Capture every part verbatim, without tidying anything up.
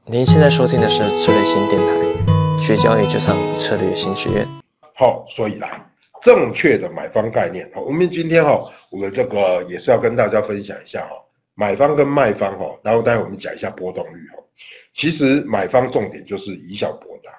您现在收听的是策略新电台，学交易就上策略新学院。 好，所以来正确的买方概念。我们今天哈，我们这个也是要跟大家分享一下哈，买方跟卖方哈，然后待会我们讲一下波动率哈。其实买方重点就是以小博大，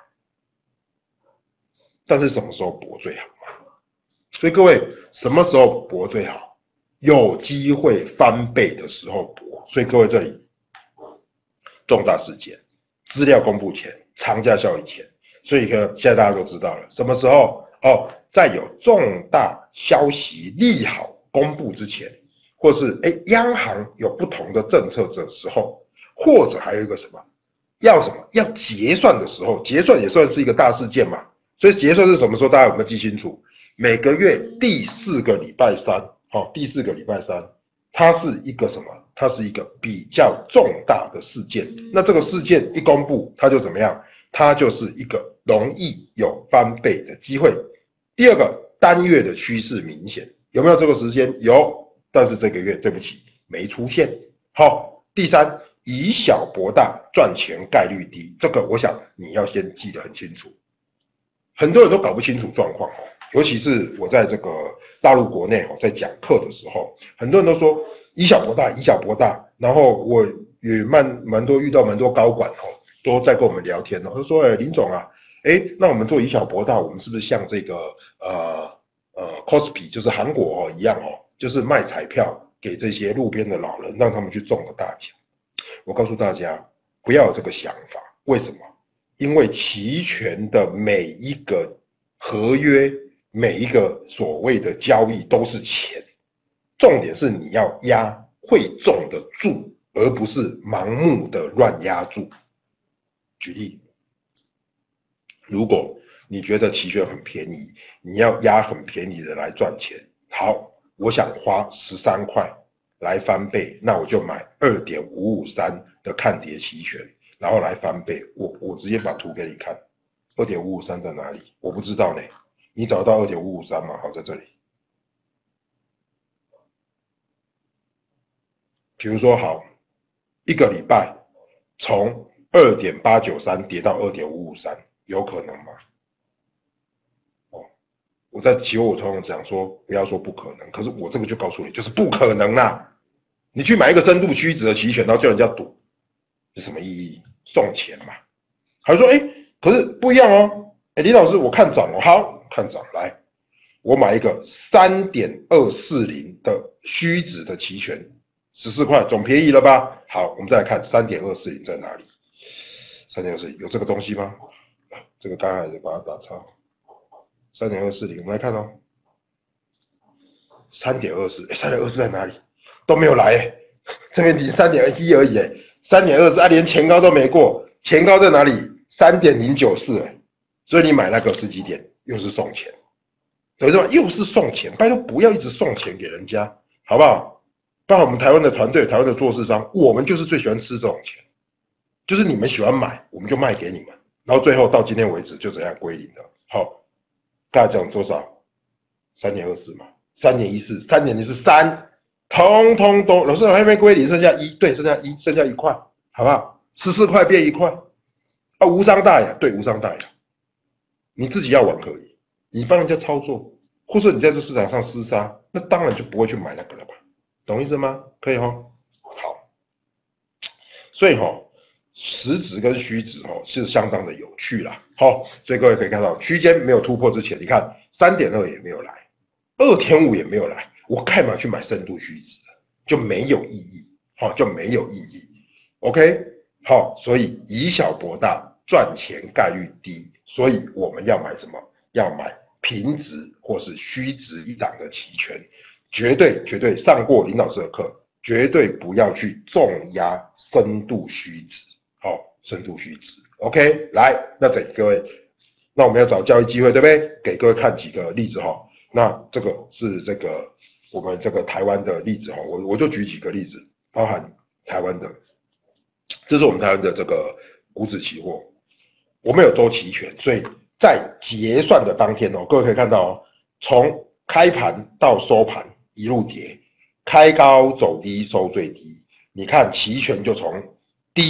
但是什么时候博最好？所以各位，什么时候博最好？有机会翻倍的时候博。所以各位这里重大事件资料公布前，长假效益前，所以现在大家都知道了，什么时候哦，在有重大消息利好公布之前，或是哎央行有不同的政策的时候，或者还有一个什么，要什么要结算的时候，结算也算是一个大事件嘛。所以结算是什么时候？大家有没有记清楚？每个月第四个礼拜三，好、哦，第四个礼拜三，它是一个什么？它是一个比较重大的事件。那这个事件一公布，它就怎么样？它就是一个容易有翻倍的机会。第二个，单月的趋势明显，有没有这个时间？有，但是这个月对不起没出现。好，第三，以小博大，赚钱概率低，这个我想你要先记得很清楚。很多人都搞不清楚状况，尤其是我在这个大陆国内在讲课的时候，很多人都说以小博大，以小博大。然后我也蛮蛮多遇到蛮多高管都在跟我们聊天，他说：“哎，林总啊，哎，那我们做以小博大，我们是不是像这个呃呃 C O S P I 就是韩国一样哦，就是卖彩票给这些路边的老人，让他们去中个大奖？”我告诉大家，不要有这个想法。为什么？因为期权的每一个合约，每一个所谓的交易都是钱，重点是你要压会中的注，而不是盲目的乱压注。举例，如果你觉得期权很便宜，你要压很便宜的来赚钱，好，我想花十三块来翻倍，那我就买 二点五五三 的看跌期权，然后来翻倍。我我直接把图给你看 ，二点五五三 在哪里？我不知道呢。你找到 二点五五三 吗？好，在这里。比如说好，一个礼拜从 二点八九三 跌到 二点五五三， 有可能吗？哦，我在期货我通常讲说不要说不可能，可是我这个就告诉你就是不可能啦。你去买一个深度虚值的期权，然后叫人家赌，是什么意义？送钱嘛。还说哎，可是不一样哦。哎，李老师我看涨哦，好，看涨来，我买一个 三点二四零 的虚值的期权，十四块，总便宜了吧？好，我们再来看 三点二四零 在哪里？ 三点二四零 有这个东西吗？这个刚才把它打叉。三点二四零 我们来看哦。三点二四 三点二四 在哪里？都没有来耶，这边只 三点一 而已耶。三点二四 啊，连前高都没过，前高在哪里？ 三点零九四 耶。所以你买那个是几点？又是送钱，对吧？又是送钱，拜托不要一直送钱给人家，好不好？包括我们台湾的团队、台湾的做市商，我们就是最喜欢吃这种钱，就是你们喜欢买，我们就卖给你们，然后最后到今天为止就这样归零了。好，大家讲多少？ 三点二四 嘛， 三点一四， 三点零四， 三，通通都，老师还没归零，剩下一，对，剩下一，剩下一块，好不好？十四块变一块，啊，无伤大雅，对，无伤大雅。你自己要玩可以，你帮人家操作，或者你在这市场上厮杀，那当然就不会去买那个了吧？懂意思吗？可以齁。好，所以齁，实质跟虚值齁是相当的有趣啦。好，所以各位可以看到，区间没有突破之前，你看 三点二 也没有来， 二点五 也没有来，我干嘛去买深度虚值？就没有意义，好，就没有意义。OK， 好，所以以小博大，赚钱概率低。所以我们要买什么？要买平值或是虚值一档的期权，绝对绝对上过林老师的课，绝对不要去重压深度虚值。好，深度虚值 ，OK， 来，那给各位，那我们要找交易机会，对不对？给各位看几个例子哈。那这个是这个我们这个台湾的例子哈，我我就举几个例子，包含台湾的，这是我们台湾的这个股指期货。我们有周期权，所以在结算的当天哦，各位可以看到哦，从开盘到收盘一路跌，开高走低收最低。你看期权就从低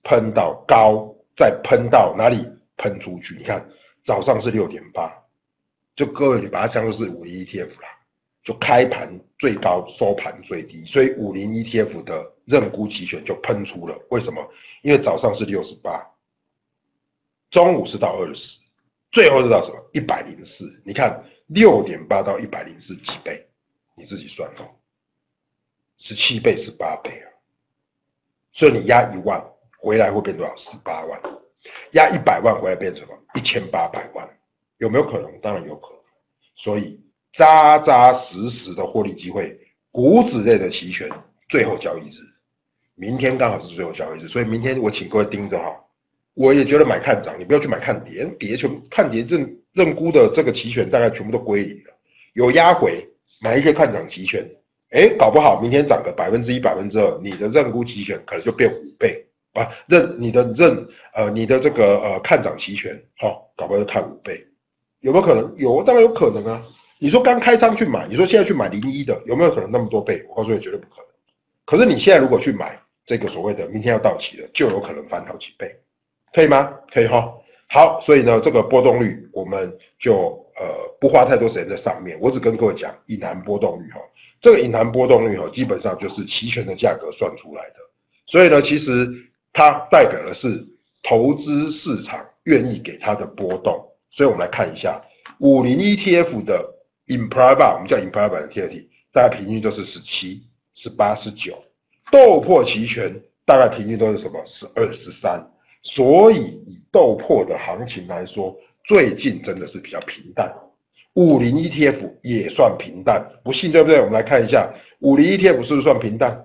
喷到高，再喷到哪里？喷出去。你看早上是 六点八， 就各位你把它当作是五零 E T F 啦，就开盘最高收盘最低，所以五零 E T F 的认沽期权就喷出了。为什么？因为早上是六十八，中午是到二十，最后是到什么？一百零四。你看 六点八 到一百零四几倍？你自己算哦，十七倍，十八倍啊。所以你压一万回来会变多少？十八万。压一百万回来变成什么？一千八百万。有没有可能？当然有可能。所以扎扎实实的获利机会，股指类的期权最后交易日，明天刚好是最后交易日，所以明天我请各位盯着哈。我也觉得买看涨，你不要去买看跌，跌全看跌认认沽的这个期权大概全部都归零了。有压回，买一些看涨期权，哎，搞不好明天涨个百分之一、百分之二，你的认沽期权可能就变五倍啊，认你的认呃你的这个呃看涨期权，好、哦，搞不好就看五倍，有没有可能？有，当然有可能啊。你说刚开仓去买，你说现在去买零一的，有没有可能那么多倍？我告诉你，绝对不可能。可是你现在如果去买这个所谓的明天要到期了，就有可能翻好几倍，可以吗？可以哈。好，所以呢，这个波动率我们就呃不花太多时间在上面，我只跟各位讲隐含波动率哈。这个隐含波动率哈，基本上就是期权的价格算出来的。所以呢，其实它代表的是投资市场愿意给它的波动。所以我们来看一下五零 E T F 的 implied bar， 我们叫 implied bar 的 T R T， 大概平均都是十七、十八、十九。豆粕期权大概平均都是什么？十二、十三。所以以豆粕的行情来说，最近真的是比较平淡。五零 E T F 也算平淡，不信对不对？我们来看一下五零 E T F 是不是算平淡？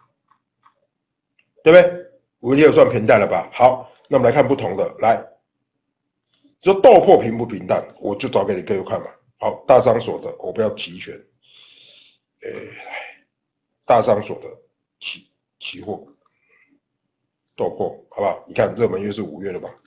对不对？五零 E T F 算平淡了吧？好，那我们来看不同的，来，说豆粕平不平淡，我就找给你各位看嘛。好，大商所得，我不要期权，诶，大商所得期期货。豆粕好不好？你看热门月是五月了吧？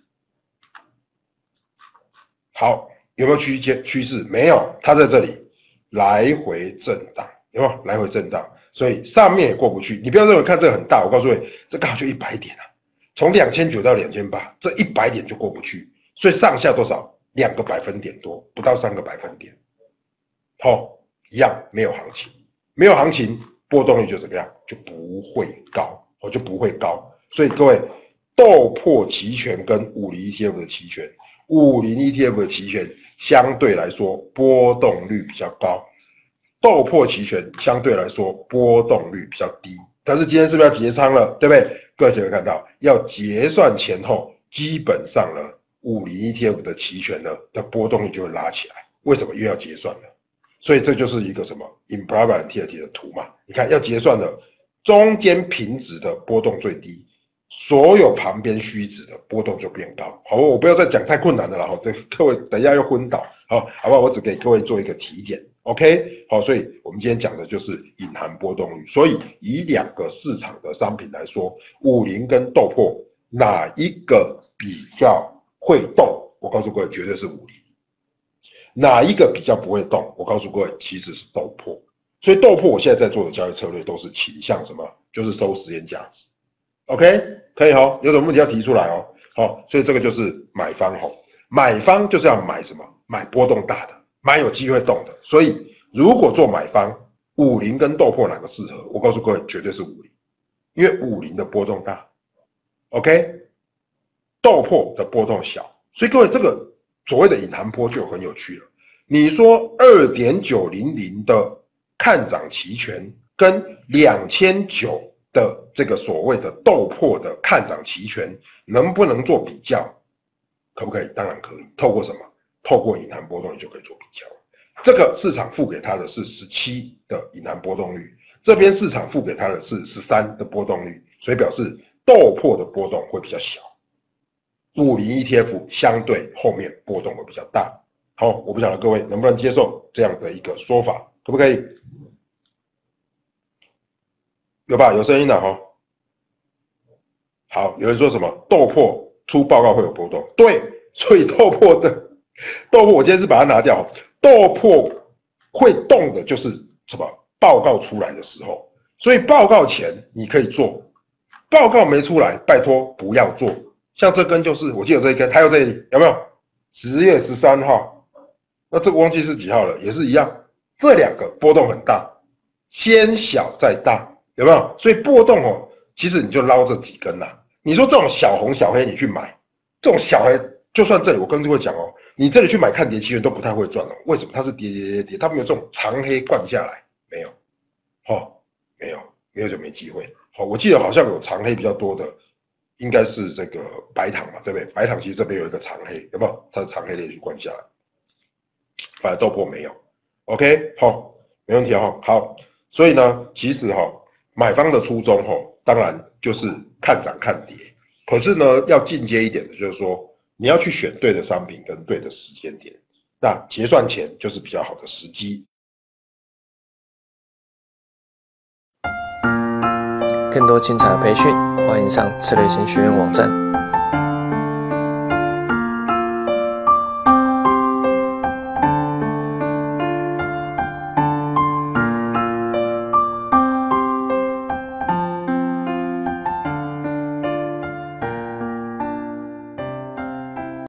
好，有没有区间趋势？没有，它在这里来回震荡，有没有？来回震荡，所以上面也过不去。你不要认为看这个很大，我告诉你，这刚好就一百点啊，从两千九到两千八，这一百点就过不去。所以上下多少？两个百分点多，不到三个百分点。好、哦，一样没有行情，没有行情，波动率就怎么样？就不会高，我、哦、就不会高。所以各位，豆粕期权跟五零 E T F 的期权，五零 E T F 的期权相对来说波动率比较高，豆粕期权相对来说波动率比较低。但是今天是不是要结仓了？对不对？各位可以看到，要结算前后，基本上呢，五零 E T F 的期权呢的波动率就会拉起来。为什么？因为要结算了。所以这就是一个什么 implied T R T 的图嘛？你看要结算的，中间平值的波动最低。所有旁边虚值的波动就变高，好，我不要再讲太困难的了哈，这各位等一下又昏倒，好，好不好？我只给各位做一个提点 ，OK， 好，所以我们今天讲的就是隐含波动率，所以以两个市场的商品来说，五零跟豆粕哪一个比较会动？我告诉各位，绝对是五零。哪一个比较不会动？我告诉各位，其实是豆粕。所以豆粕我现在在做的交易策略都是倾向什么？就是收时间价值。OK， 可以哦，有什么问题要提出来哦。好、哦，所以这个就是买方哦，买方就是要买什么？买波动大的，买有机会动的。所以如果做买方，五零跟豆粕哪个适合？我告诉各位，绝对是五零，因为五零的波动大 ，OK， 豆粕的波动小，所以各位这个所谓的隐含波就很有趣了。你说 二点九零零 的看涨期权跟两千九百的这个所谓的豆粕的看涨期权能不能做比较？可不可以？当然可以。透过什么？透过隐含波动率就可以做比较。这个市场付给它的是十七的隐含波动率，这边市场付给它的是十三的波动率，所以表示豆粕的波动会比较小。五零 E T F 相对后面波动会比较大。好，我不晓得各位能不能接受这样的一个说法，可不可以？有吧？有声音了哈。好，有人说什么豆粕出报告会有波动？对，所以豆粕的豆粕，我今天是把它拿掉。豆粕会动的就是什么？报告出来的时候，所以报告前你可以做报告没出来，拜托不要做。像这根就是，我记得这一根，还有这里有没有？十月十三号，那这个忘记是几号了，也是一样。这两个波动很大，先小再大，有没有？所以波动哦，其实你就捞这几根啦。你说这种小红小黑你去买，这种小黑就算这里我跟各位讲哦，你这里去买看跌期权都不太会赚哦。为什么？它是跌跌跌跌，它没有这种长黑灌下来，没有，哦，没有，没有就没机会。好、哦，我记得好像有长黑比较多的，应该是这个白糖嘛，对不对？白糖其实这边有一个长黑，有没有？它是长黑连续灌下来，反而豆粕没有。OK， 好、哦，没问题哦。好，所以呢，其实哈、哦，买方的初衷哈、哦，当然就是看涨看跌。可是呢，要进阶一点的，就是说你要去选对的商品跟对的时间点，那结算前就是比较好的时机。 更多精彩的培训，欢迎上策略型学院网站。